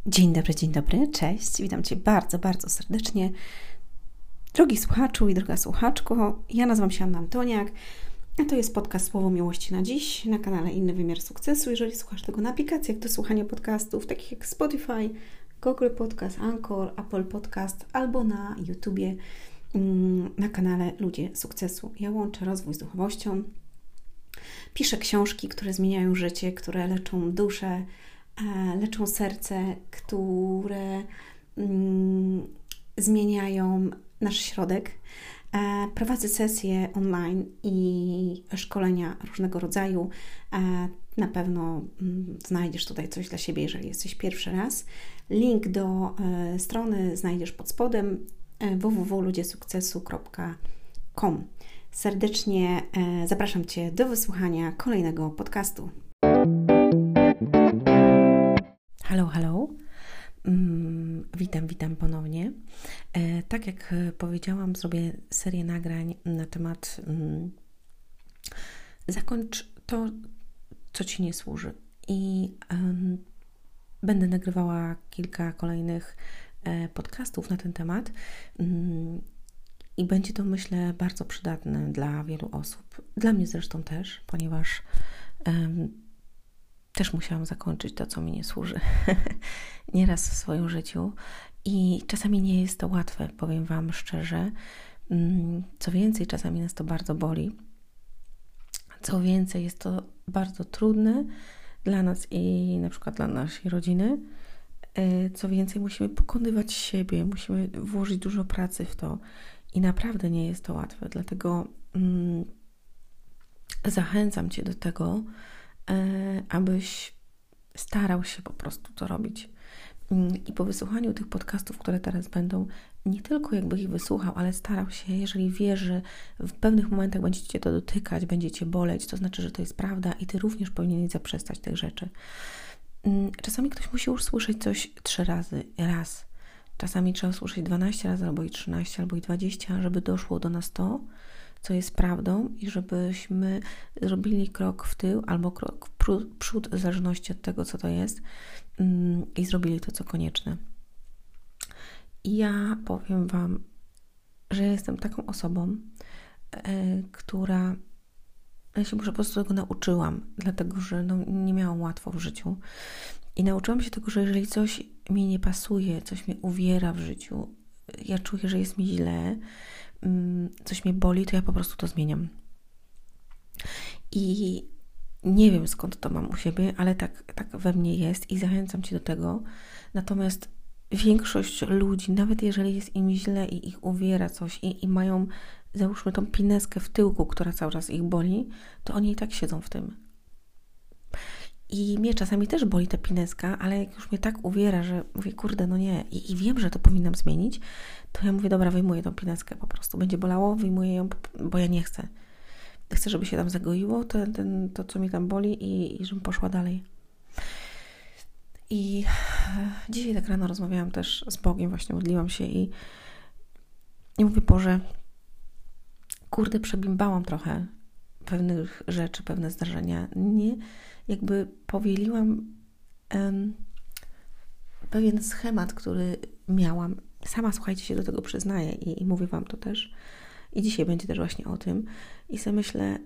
Dzień dobry, cześć. Witam Cię bardzo, bardzo serdecznie. Drogi słuchaczu i droga słuchaczko, ja nazywam się Anna Antoniak, a to jest podcast Słowo Miłości na dziś na kanale Inny Wymiar Sukcesu. Jeżeli słuchasz tego na aplikacjach do słuchania podcastów, takich jak Spotify, Google Podcast, Anchor, Apple Podcast albo na YouTubie na kanale Ludzie Sukcesu. Ja łączę rozwój z duchowością, piszę książki, które zmieniają życie, które leczą duszę, leczą serce, które zmieniają nasz środek. Prowadzę sesje online i szkolenia różnego rodzaju. Na pewno znajdziesz tutaj coś dla siebie, jeżeli jesteś pierwszy raz. Link do strony znajdziesz pod spodem www.ludziesukcesu.com. Serdecznie zapraszam Cię do wysłuchania kolejnego podcastu. Halo. Witam ponownie. Tak jak powiedziałam, zrobię serię nagrań na temat zakończ to, co Ci nie służy. I będę nagrywała kilka kolejnych podcastów na ten temat i będzie to, myślę, bardzo przydatne dla wielu osób. Dla mnie zresztą też, ponieważ też musiałam zakończyć to, co mi nie służy. Nieraz w swoim życiu i czasami nie jest to łatwe, powiem Wam szczerze. Co więcej, czasami nas to bardzo boli. Co więcej, jest to bardzo trudne dla nas i na przykład dla naszej rodziny. Co więcej, musimy pokonywać siebie, musimy włożyć dużo pracy w to i naprawdę nie jest to łatwe. Dlatego zachęcam Cię do tego, abyś starał się po prostu to robić. I po wysłuchaniu tych podcastów, które teraz będą, nie tylko jakby ich wysłuchał, ale starał się, jeżeli wiesz, że w pewnych momentach będzie Cię to dotykać, będzie Cię boleć, to znaczy, że to jest prawda i Ty również powinieneś zaprzestać tych rzeczy. Czasami ktoś musi usłyszeć coś 3 razy, raz. Czasami trzeba usłyszeć 12 razy, albo i 13, albo i 20, żeby doszło do nas to, co jest prawdą i żebyśmy zrobili krok w tył albo krok w przód, w zależności od tego, co to jest i zrobili to, co konieczne. I ja powiem Wam, że jestem taką osobą, która ja się po prostu tego nauczyłam, dlatego że nie miałam łatwo w życiu. I nauczyłam się tego, że jeżeli coś mi nie pasuje, coś mnie uwiera w życiu, ja czuję, że jest mi źle, coś mnie boli, to ja po prostu to zmieniam. I nie wiem, skąd to mam u siebie, ale tak we mnie jest i zachęcam Cię do tego. Natomiast większość ludzi, nawet jeżeli jest im źle i ich uwiera coś i mają, załóżmy, tą pineskę w tyłku, która cały czas ich boli, to oni i tak siedzą w tym. I mnie czasami też boli ta pineska, ale jak już mnie tak uwiera, że mówię, kurde, no nie, i wiem, że to powinnam zmienić, to ja mówię, dobra, wyjmuję tą pineskę po prostu. Będzie bolało, wyjmuję ją, bo ja nie chcę. Chcę, żeby się tam zagoiło, to co mnie tam boli i żebym poszła dalej. I dzisiaj tak rano rozmawiałam też z Bogiem, właśnie modliłam się i mówię, Boże, kurde, przebimbałam trochę pewnych rzeczy, pewne zdarzenia. Nie, jakby powieliłam pewien schemat, który miałam. Sama, słuchajcie, się do tego przyznaję i mówię Wam to też. I dzisiaj będzie też właśnie o tym. I sobie myślę,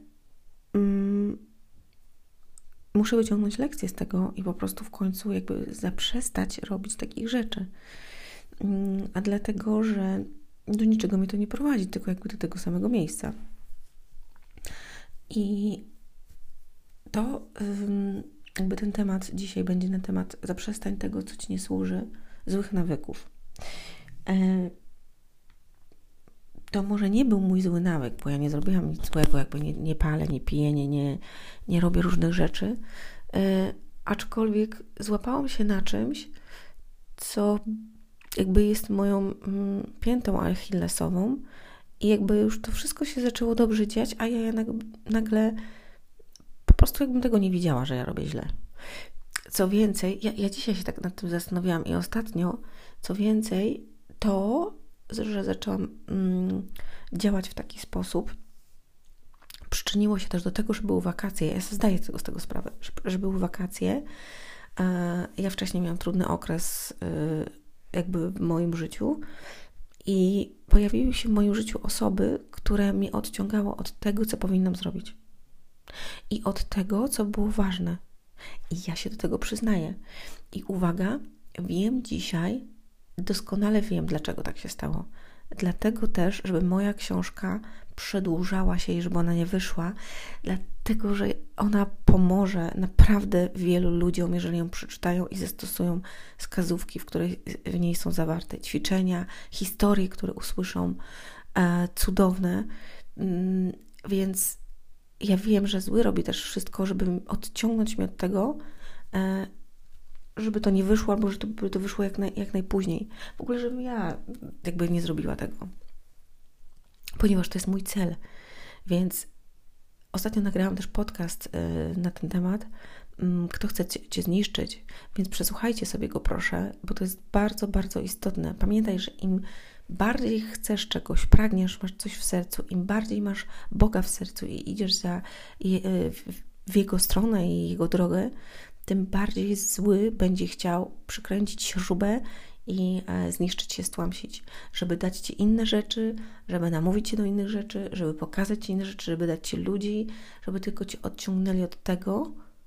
muszę wyciągnąć lekcję z tego i po prostu w końcu jakby zaprzestać robić takich rzeczy. A dlatego, że do niczego mnie to nie prowadzi, tylko jakby do tego samego miejsca. I to jakby ten temat dzisiaj będzie na temat zaprzestań tego, co Ci nie służy, złych nawyków. To może nie był mój zły nawyk, bo ja nie zrobiłam nic złego, jakby nie palę, nie piję, nie robię różnych rzeczy, aczkolwiek złapałam się na czymś, co jakby jest moją piętą achillesową i jakby już to wszystko się zaczęło dobrze dziać, a ja nagle po prostu jakbym tego nie widziała, że ja robię źle. Co więcej, ja dzisiaj się tak nad tym zastanawiałam i ostatnio, co więcej, to, że zaczęłam działać w taki sposób, przyczyniło się też do tego, że były wakacje. Ja sobie zdaję z tego sprawę, że były wakacje, Ja wcześniej miałam trudny okres jakby w moim życiu i pojawiły się w moim życiu osoby, które mnie odciągało od tego, co powinnam zrobić. I od tego, co było ważne. I ja się do tego przyznaję. I uwaga, wiem dzisiaj, doskonale wiem, dlaczego tak się stało. Dlatego też, żeby moja książka przedłużała się i żeby ona nie wyszła, dlatego, że ona pomoże naprawdę wielu ludziom, jeżeli ją przeczytają i zastosują wskazówki, w niej są zawarte ćwiczenia, historie, które usłyszą, cudowne. Więc ja wiem, że zły robi też wszystko, żeby odciągnąć mnie od tego, żeby to nie wyszło, albo żeby to wyszło jak najpóźniej. W ogóle, żebym ja jakby nie zrobiła tego. Ponieważ to jest mój cel. Więc ostatnio nagrałam też podcast na ten temat. Kto chce Cię zniszczyć? Więc przesłuchajcie sobie go, proszę, bo to jest bardzo, bardzo istotne. Pamiętaj, że im bardziej chcesz czegoś, pragniesz, masz coś w sercu, im bardziej masz Boga w sercu i idziesz w Jego stronę i Jego drogę, tym bardziej zły będzie chciał przykręcić śrubę i zniszczyć się, stłamsić, żeby dać Ci inne rzeczy, żeby namówić Cię do innych rzeczy, żeby pokazać Ci inne rzeczy, żeby dać Ci ludzi, żeby tylko Cię odciągnęli od tego,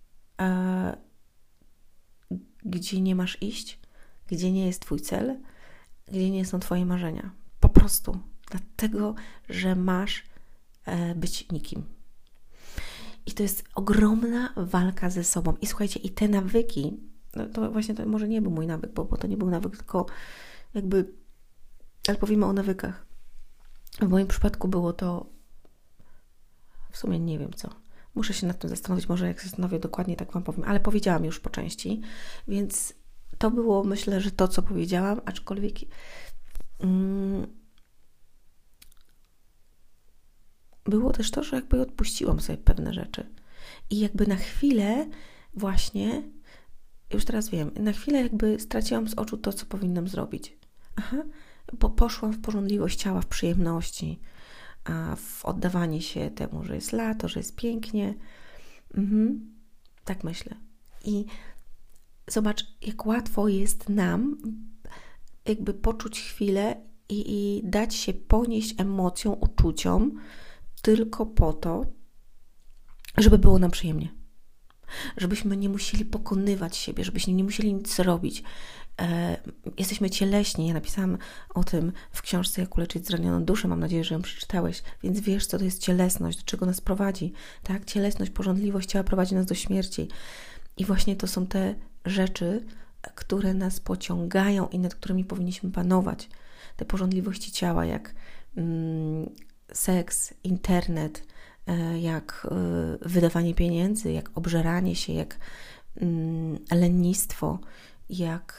gdzie nie masz iść, gdzie nie jest Twój cel, gdzie nie są Twoje marzenia. Po prostu dlatego, że masz być nikim. I to jest ogromna walka ze sobą. I słuchajcie, i te nawyki, no to właśnie to może nie był mój nawyk, bo to nie był nawyk, tylko jakby, ale powiemy o nawykach. W moim przypadku było to, w sumie nie wiem co. Muszę się nad tym zastanowić, może jak się zastanowię dokładnie, tak Wam powiem, ale powiedziałam już po części, więc to było, myślę, że to, co powiedziałam, aczkolwiek było też to, że jakby odpuściłam sobie pewne rzeczy. I jakby na chwilę właśnie, już teraz wiem, na chwilę jakby straciłam z oczu to, co powinnam zrobić. Bo poszłam w pożądliwość ciała, w przyjemności, w oddawanie się temu, że jest lato, że jest pięknie. Tak myślę. I zobacz, jak łatwo jest nam jakby poczuć chwilę i dać się ponieść emocjom, uczuciom tylko po to, żeby było nam przyjemnie. Żebyśmy nie musieli pokonywać siebie, żebyśmy nie musieli nic robić. Jesteśmy cieleśni. Ja napisałam o tym w książce Jak uleczyć zranioną duszę. Mam nadzieję, że ją przeczytałeś. Więc wiesz, co to jest cielesność, do czego nas prowadzi. Tak? Cielesność, pożądliwość ciała prowadzi nas do śmierci. I właśnie to są te rzeczy, które nas pociągają i nad którymi powinniśmy panować. Te pożądliwości ciała, jak seks, internet, jak wydawanie pieniędzy, jak obżeranie się, jak lenistwo, jak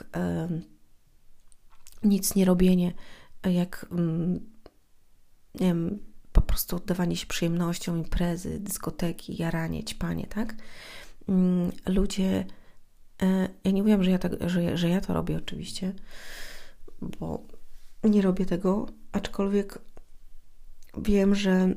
nic nie robienie, jak nie wiem, po prostu oddawanie się przyjemnościom, imprezy, dyskoteki, jaranie, ćpanie, tak? Ludzie, ja nie mówiłam, że ja to robię oczywiście, bo nie robię tego, aczkolwiek wiem, że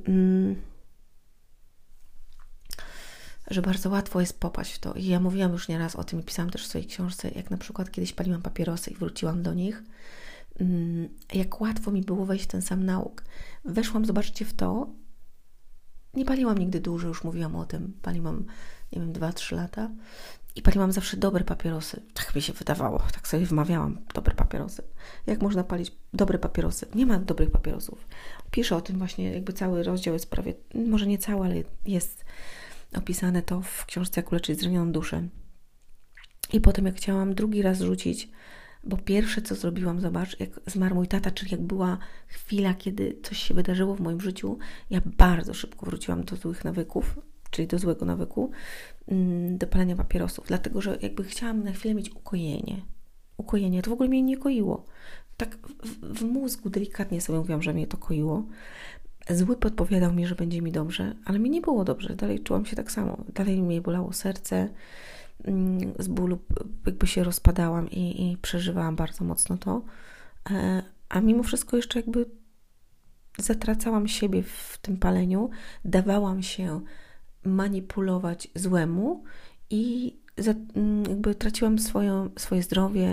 bardzo łatwo jest popaść w to. I ja mówiłam już nieraz o tym i pisałam też w swojej książce, jak na przykład kiedyś paliłam papierosy i wróciłam do nich, jak łatwo mi było wejść w ten sam nauk. Weszłam, zobaczcie, w to. Nie paliłam nigdy dużo, już mówiłam o tym. Paliłam, nie wiem, 2-3 lata i paliłam zawsze dobre papierosy. Tak mi się wydawało, tak sobie wmawiałam, dobre papierosy. Jak można palić dobre papierosy? Nie ma dobrych papierosów. Piszę o tym właśnie, jakby cały rozdział jest prawie, może nie cały, ale jest opisane to w książce Jak uleczyć zranioną duszę. I potem jak chciałam drugi raz rzucić, bo pierwsze co zrobiłam, zobacz, jak zmarł mój tata, czyli jak była chwila, kiedy coś się wydarzyło w moim życiu, ja bardzo szybko wróciłam do złych nawyków, czyli do złego nawyku, do palenia papierosów, dlatego, że jakby chciałam na chwilę mieć ukojenie. Ukojenie, to w ogóle mnie nie koiło. Tak w mózgu delikatnie sobie mówiłam, że mnie to koiło. Zły podpowiadał mi, że będzie mi dobrze, ale mi nie było dobrze. Dalej czułam się tak samo. Dalej mnie bolało serce. Z bólu jakby się rozpadałam i przeżywałam bardzo mocno to. A mimo wszystko jeszcze jakby zatracałam siebie w tym paleniu. Dawałam się manipulować złemu i jakby traciłam swoje zdrowie,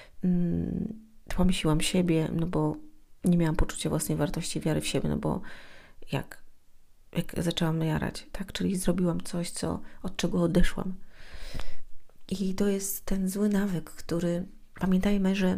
tłamsiłam siebie, no bo nie miałam poczucia własnej wartości, wiary w siebie, no bo jak zaczęłam jarać, tak? Czyli zrobiłam coś, od czego odeszłam. I to jest ten zły nawyk, który, pamiętajmy, że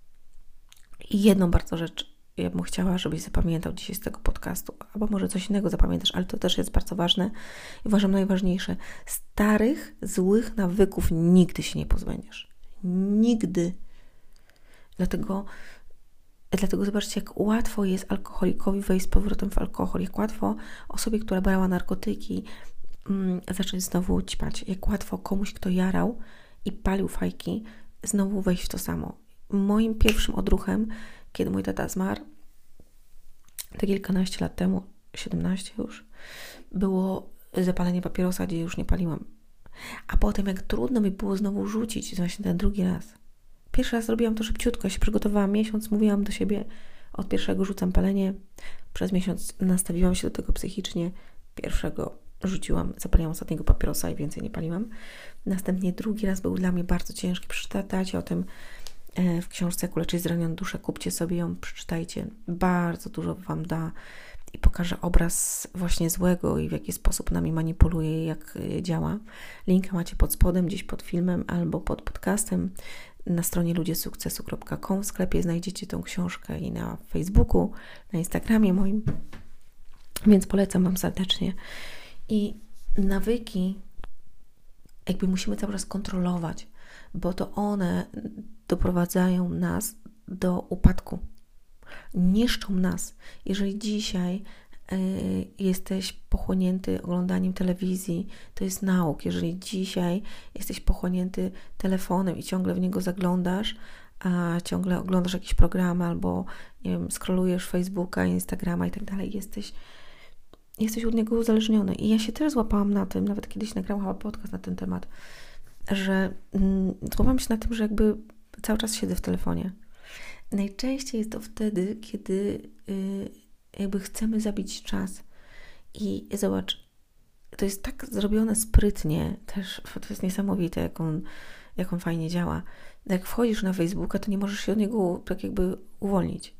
jedną bardzo rzecz ja bym chciała, żebyś zapamiętał dzisiaj z tego podcastu, albo może coś innego zapamiętasz, ale to też jest bardzo ważne i uważam najważniejsze. Starych, złych nawyków nigdy się nie pozbędziesz. Nigdy. Dlatego zobaczcie, jak łatwo jest alkoholikowi wejść z powrotem w alkohol, jak łatwo osobie, która brała narkotyki, zacząć znowu ćpać, jak łatwo komuś, kto jarał i palił fajki, znowu wejść w to samo. Moim pierwszym odruchem, kiedy mój tata zmarł, te kilkanaście lat temu, 17 już, było zapalenie papierosa, gdzie już nie paliłam. A potem, jak trudno mi było znowu rzucić, właśnie ten drugi raz. Pierwszy raz robiłam to szybciutko, ja się przygotowałam miesiąc, mówiłam do siebie, od pierwszego rzucam palenie, przez miesiąc nastawiłam się do tego psychicznie, pierwszego rzuciłam, zapaliłam ostatniego papierosa i więcej nie paliłam. Następnie drugi raz był dla mnie bardzo ciężki, przeczytajcie o tym w książce Jak uleczyć zranioną duszę, kupcie sobie ją, przeczytajcie, bardzo dużo Wam da i pokaże obraz właśnie złego i w jaki sposób nami manipuluje i jak działa. Linka macie pod spodem, gdzieś pod filmem albo pod podcastem. Na stronie ludziesukcesu.com w sklepie znajdziecie tą książkę i na Facebooku, na Instagramie moim, więc polecam Wam serdecznie. I nawyki jakby musimy cały czas kontrolować, bo to one doprowadzają nas do upadku. Niszczą nas. Jeżeli dzisiaj jesteś pochłonięty oglądaniem telewizji, to jest nauk. Jeżeli dzisiaj jesteś pochłonięty telefonem i ciągle w niego zaglądasz, a ciągle oglądasz jakieś programy albo, nie wiem, scrollujesz Facebooka, Instagrama i tak dalej, jesteś od niego uzależniony. I ja się też złapałam na tym, nawet kiedyś nagrałam chyba podcast na ten temat, że złapałam się na tym, że jakby cały czas siedzę w telefonie. Najczęściej jest to wtedy, kiedy jakby chcemy zabić czas. I zobacz, to jest tak zrobione sprytnie, też to jest niesamowite, jak on fajnie działa. Jak wchodzisz na Facebooka, to nie możesz się od niego tak jakby uwolnić.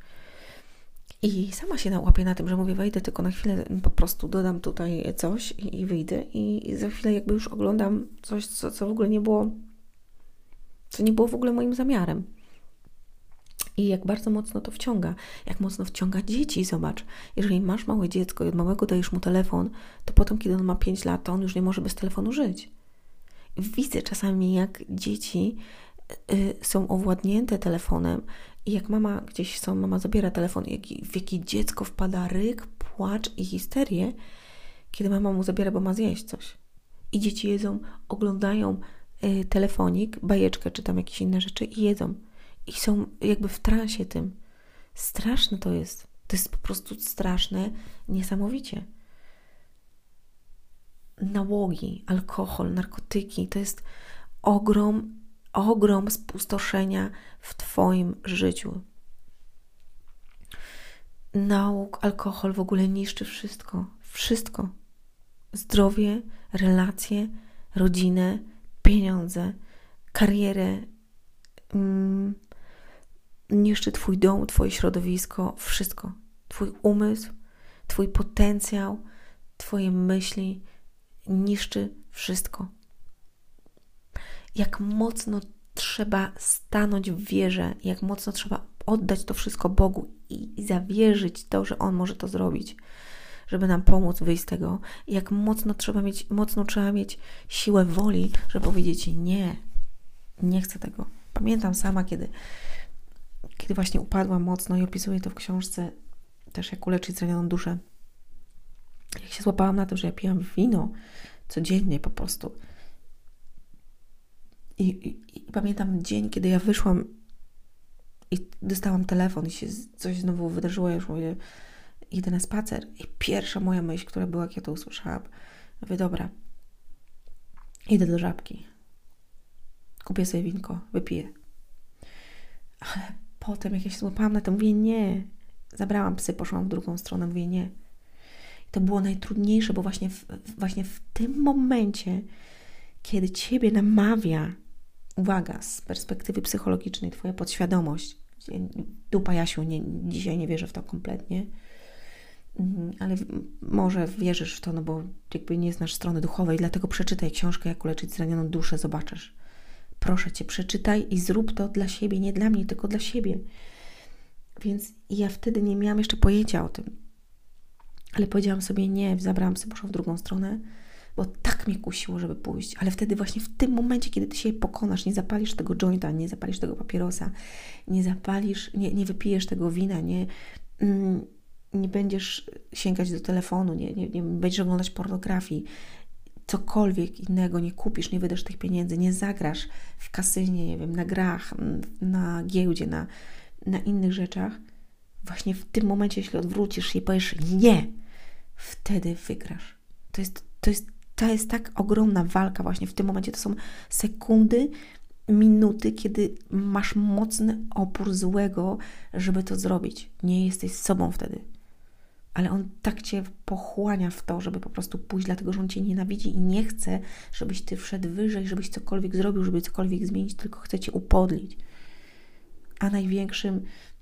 I sama się łapię na tym, że mówię, wejdę tylko na chwilę, po prostu dodam tutaj coś i wyjdę i za chwilę jakby już oglądam coś, co w ogóle nie było, co nie było w ogóle moim zamiarem. I jak bardzo mocno to wciąga. Jak mocno wciąga dzieci, zobacz. Jeżeli masz małe dziecko i od małego dajesz mu telefon, to potem, kiedy on ma 5 lat, to on już nie może bez telefonu żyć. Widzę czasami, jak dzieci są owładnięte telefonem i jak mama gdzieś mama zabiera telefon, w jaki dziecko wpada ryk, płacz i histerię, kiedy mama mu zabiera, bo ma zjeść coś. I dzieci jedzą, oglądają telefonik, bajeczkę czy tam jakieś inne rzeczy i jedzą. I są jakby w transie tym. Straszne to jest. To jest po prostu straszne, niesamowicie. Nałogi, alkohol, narkotyki, to jest ogrom spustoszenia w Twoim życiu. Nałóg, alkohol w ogóle niszczy wszystko. Wszystko. Zdrowie, relacje, rodzinę, pieniądze, karierę, niszczy Twój dom, Twoje środowisko, wszystko. Twój umysł, Twój potencjał, Twoje myśli, niszczy wszystko. Jak mocno trzeba stanąć w wierze, jak mocno trzeba oddać to wszystko Bogu i zawierzyć to, że On może to zrobić, żeby nam pomóc wyjść z tego. I jak mocno trzeba mieć siłę woli, żeby powiedzieć nie chcę tego. Pamiętam sama, kiedy właśnie upadłam mocno i opisuję to w książce też Jak uleczyć zranioną duszę. Jak się złapałam na tym, że ja pijam wino codziennie po prostu. I pamiętam dzień, kiedy ja wyszłam i dostałam telefon i się coś znowu wydarzyło. Ja już mówię, idę na spacer. I pierwsza moja myśl, która była, jak ja to usłyszałam, mówię, dobra, idę do Żabki. Kupię sobie winko, wypiję. Ale potem, jak ja się złapałam na to, mówię nie. Zabrałam psy, poszłam w drugą stronę, mówię nie. I to było najtrudniejsze, bo właśnie w tym momencie, kiedy Ciebie namawia, uwaga, z perspektywy psychologicznej, Twoja podświadomość, dupa Jasiu, dzisiaj nie wierzę w to kompletnie, ale może wierzysz w to, no bo jakby nie znasz strony duchowej, dlatego przeczytaj książkę Jak uleczyć zranioną duszę, zobaczysz. Proszę Cię, przeczytaj i zrób to dla siebie, nie dla mnie, tylko dla siebie. Więc ja wtedy nie miałam jeszcze pojęcia o tym. Ale powiedziałam sobie nie, zabrałam sobie, poszłam w drugą stronę, bo tak mnie kusiło, żeby pójść. Ale wtedy właśnie w tym momencie, kiedy Ty się pokonasz, nie zapalisz tego jointa, nie zapalisz tego papierosa, nie zapalisz, nie wypijesz tego wina, nie będziesz sięgać do telefonu, nie będziesz oglądać pornografii, cokolwiek innego nie kupisz, nie wydasz tych pieniędzy, nie zagrasz w kasynie, nie wiem, na grach, na giełdzie, na innych rzeczach, właśnie w tym momencie, jeśli odwrócisz się i powiesz nie, wtedy wygrasz. To jest tak ogromna walka właśnie w tym momencie. To są sekundy, minuty, kiedy masz mocny opór złego, żeby to zrobić. Nie jesteś sobą wtedy. Ale on tak Cię pochłania w to, żeby po prostu pójść, dlatego że on Cię nienawidzi i nie chce, żebyś Ty wszedł wyżej, żebyś cokolwiek zrobił, żeby cokolwiek zmienić, tylko chce Cię upodlić. A największym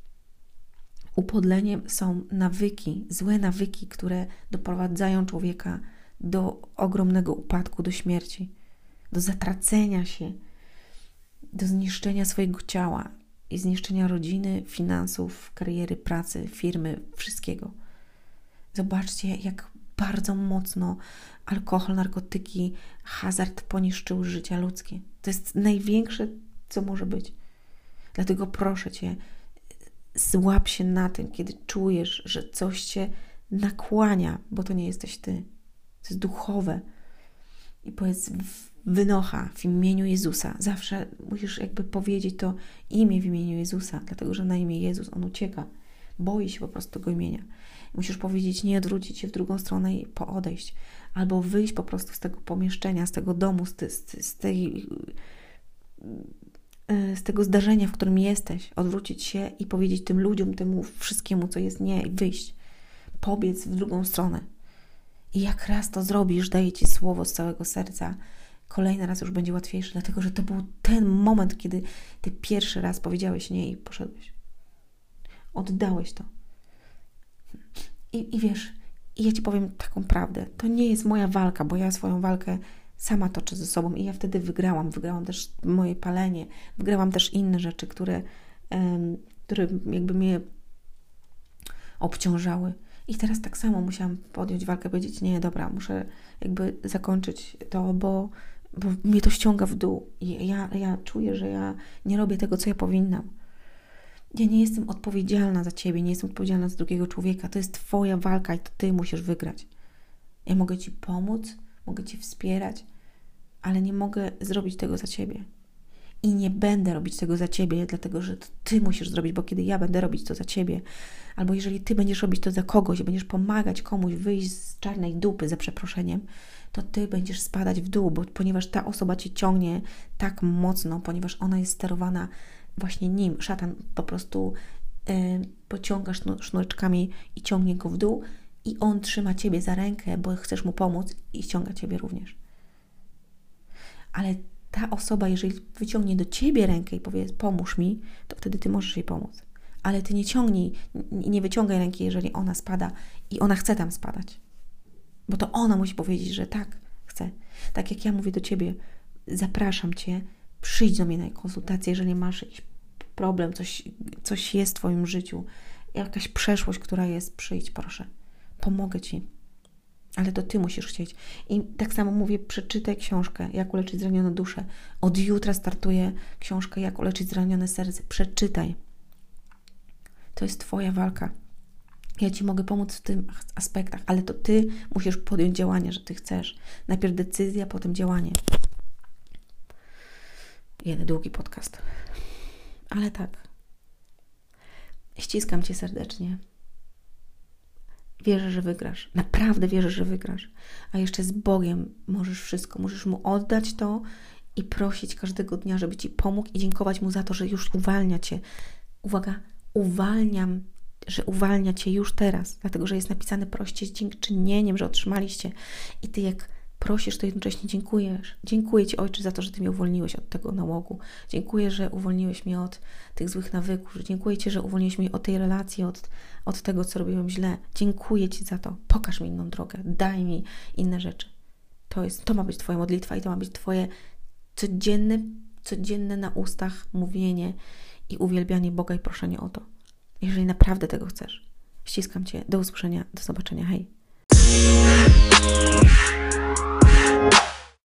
upodleniem są nawyki, złe nawyki, które doprowadzają człowieka do ogromnego upadku, do śmierci, do zatracenia się, do zniszczenia swojego ciała i zniszczenia rodziny, finansów, kariery, pracy, firmy, wszystkiego. Zobaczcie, jak bardzo mocno alkohol, narkotyki, hazard poniszczył życie ludzkie. To jest największe, co może być. Dlatego proszę Cię, złap się na tym, kiedy czujesz, że coś Cię nakłania, bo to nie jesteś Ty. To jest duchowe. I powiedz wynocha w imieniu Jezusa. Zawsze musisz jakby powiedzieć to imię w imieniu Jezusa, dlatego że na imię Jezus on ucieka. Boi się po prostu tego imienia. Musisz powiedzieć nie, odwrócić się w drugą stronę i poodejść. Albo wyjść po prostu z tego pomieszczenia, z tego domu, z tego zdarzenia, w którym jesteś. Odwrócić się i powiedzieć tym ludziom, temu wszystkiemu, co jest nie, i wyjść. Pobiec w drugą stronę. I jak raz to zrobisz, daję Ci słowo z całego serca, kolejny raz już będzie łatwiejszy, dlatego że to był ten moment, kiedy Ty pierwszy raz powiedziałeś nie i poszedłeś. Oddałeś to. I wiesz, i ja Ci powiem taką prawdę. To nie jest moja walka, bo ja swoją walkę sama toczę ze sobą i ja wtedy wygrałam. Wygrałam też moje palenie, wygrałam też inne rzeczy, które jakby mnie obciążały. I teraz tak samo musiałam podjąć walkę, powiedzieć nie, dobra, muszę jakby zakończyć to, bo mnie to ściąga w dół. I ja czuję, że ja nie robię tego, co ja powinnam. Ja nie jestem odpowiedzialna za Ciebie, nie jestem odpowiedzialna za drugiego człowieka. To jest Twoja walka i to Ty musisz wygrać. Ja mogę Ci pomóc, mogę Cię wspierać, ale nie mogę zrobić tego za Ciebie. I nie będę robić tego za Ciebie, dlatego że to Ty musisz zrobić, bo kiedy ja będę robić to za Ciebie, albo jeżeli Ty będziesz robić to za kogoś i będziesz pomagać komuś wyjść z czarnej dupy, za przeproszeniem, to Ty będziesz spadać w dół, ponieważ ta osoba Cię ciągnie tak mocno, ponieważ ona jest sterowana właśnie nim. Szatan po prostu pociąga sznureczkami i ciągnie go w dół i on trzyma Ciebie za rękę, bo chcesz mu pomóc i ściąga Ciebie również. Ale ta osoba, jeżeli wyciągnie do Ciebie rękę i powie pomóż mi, to wtedy Ty możesz jej pomóc. Ale Ty nie wyciągaj ręki, jeżeli ona spada i ona chce tam spadać. Bo to ona musi powiedzieć, że tak, chce. Tak jak ja mówię do Ciebie, zapraszam Cię, przyjdź do mnie na konsultację, jeżeli masz jakiś problem, coś jest w Twoim życiu, jakaś przeszłość, która jest, przyjdź proszę. Pomogę Ci. Ale to Ty musisz chcieć. I tak samo mówię, przeczytaj książkę Jak uleczyć zranioną duszę. Od jutra startuje książka Jak uleczyć zranione serce. Przeczytaj. To jest Twoja walka. Ja Ci mogę pomóc w tym aspektach, ale to Ty musisz podjąć działanie, że Ty chcesz. Najpierw decyzja, potem działanie. Jeden długi podcast. Ale tak. Ściskam Cię serdecznie. Wierzę, że wygrasz. Naprawdę wierzę, że wygrasz. A jeszcze z Bogiem możesz wszystko. Możesz Mu oddać to i prosić każdego dnia, żeby Ci pomógł i dziękować Mu za to, że już uwalnia Cię. Uwaga, że uwalnia Cię już teraz. Dlatego, że jest napisane proście z dziękczynieniem, że otrzymaliście. I Ty jak prosisz, to jednocześnie dziękujesz. Dziękuję Ci, Ojcze, za to, że Ty mnie uwolniłeś od tego nałogu. Dziękuję, że uwolniłeś mnie od tych złych nawyków. Dziękuję Ci, że uwolniłeś mnie od tej relacji, od tego, co robiłem źle. Dziękuję Ci za to. Pokaż mi inną drogę. Daj mi inne rzeczy. To ma być Twoja modlitwa i to ma być Twoje codzienne na ustach mówienie i uwielbianie Boga i proszenie o to. Jeżeli naprawdę tego chcesz. Ściskam Cię. Do usłyszenia. Do zobaczenia. Hej.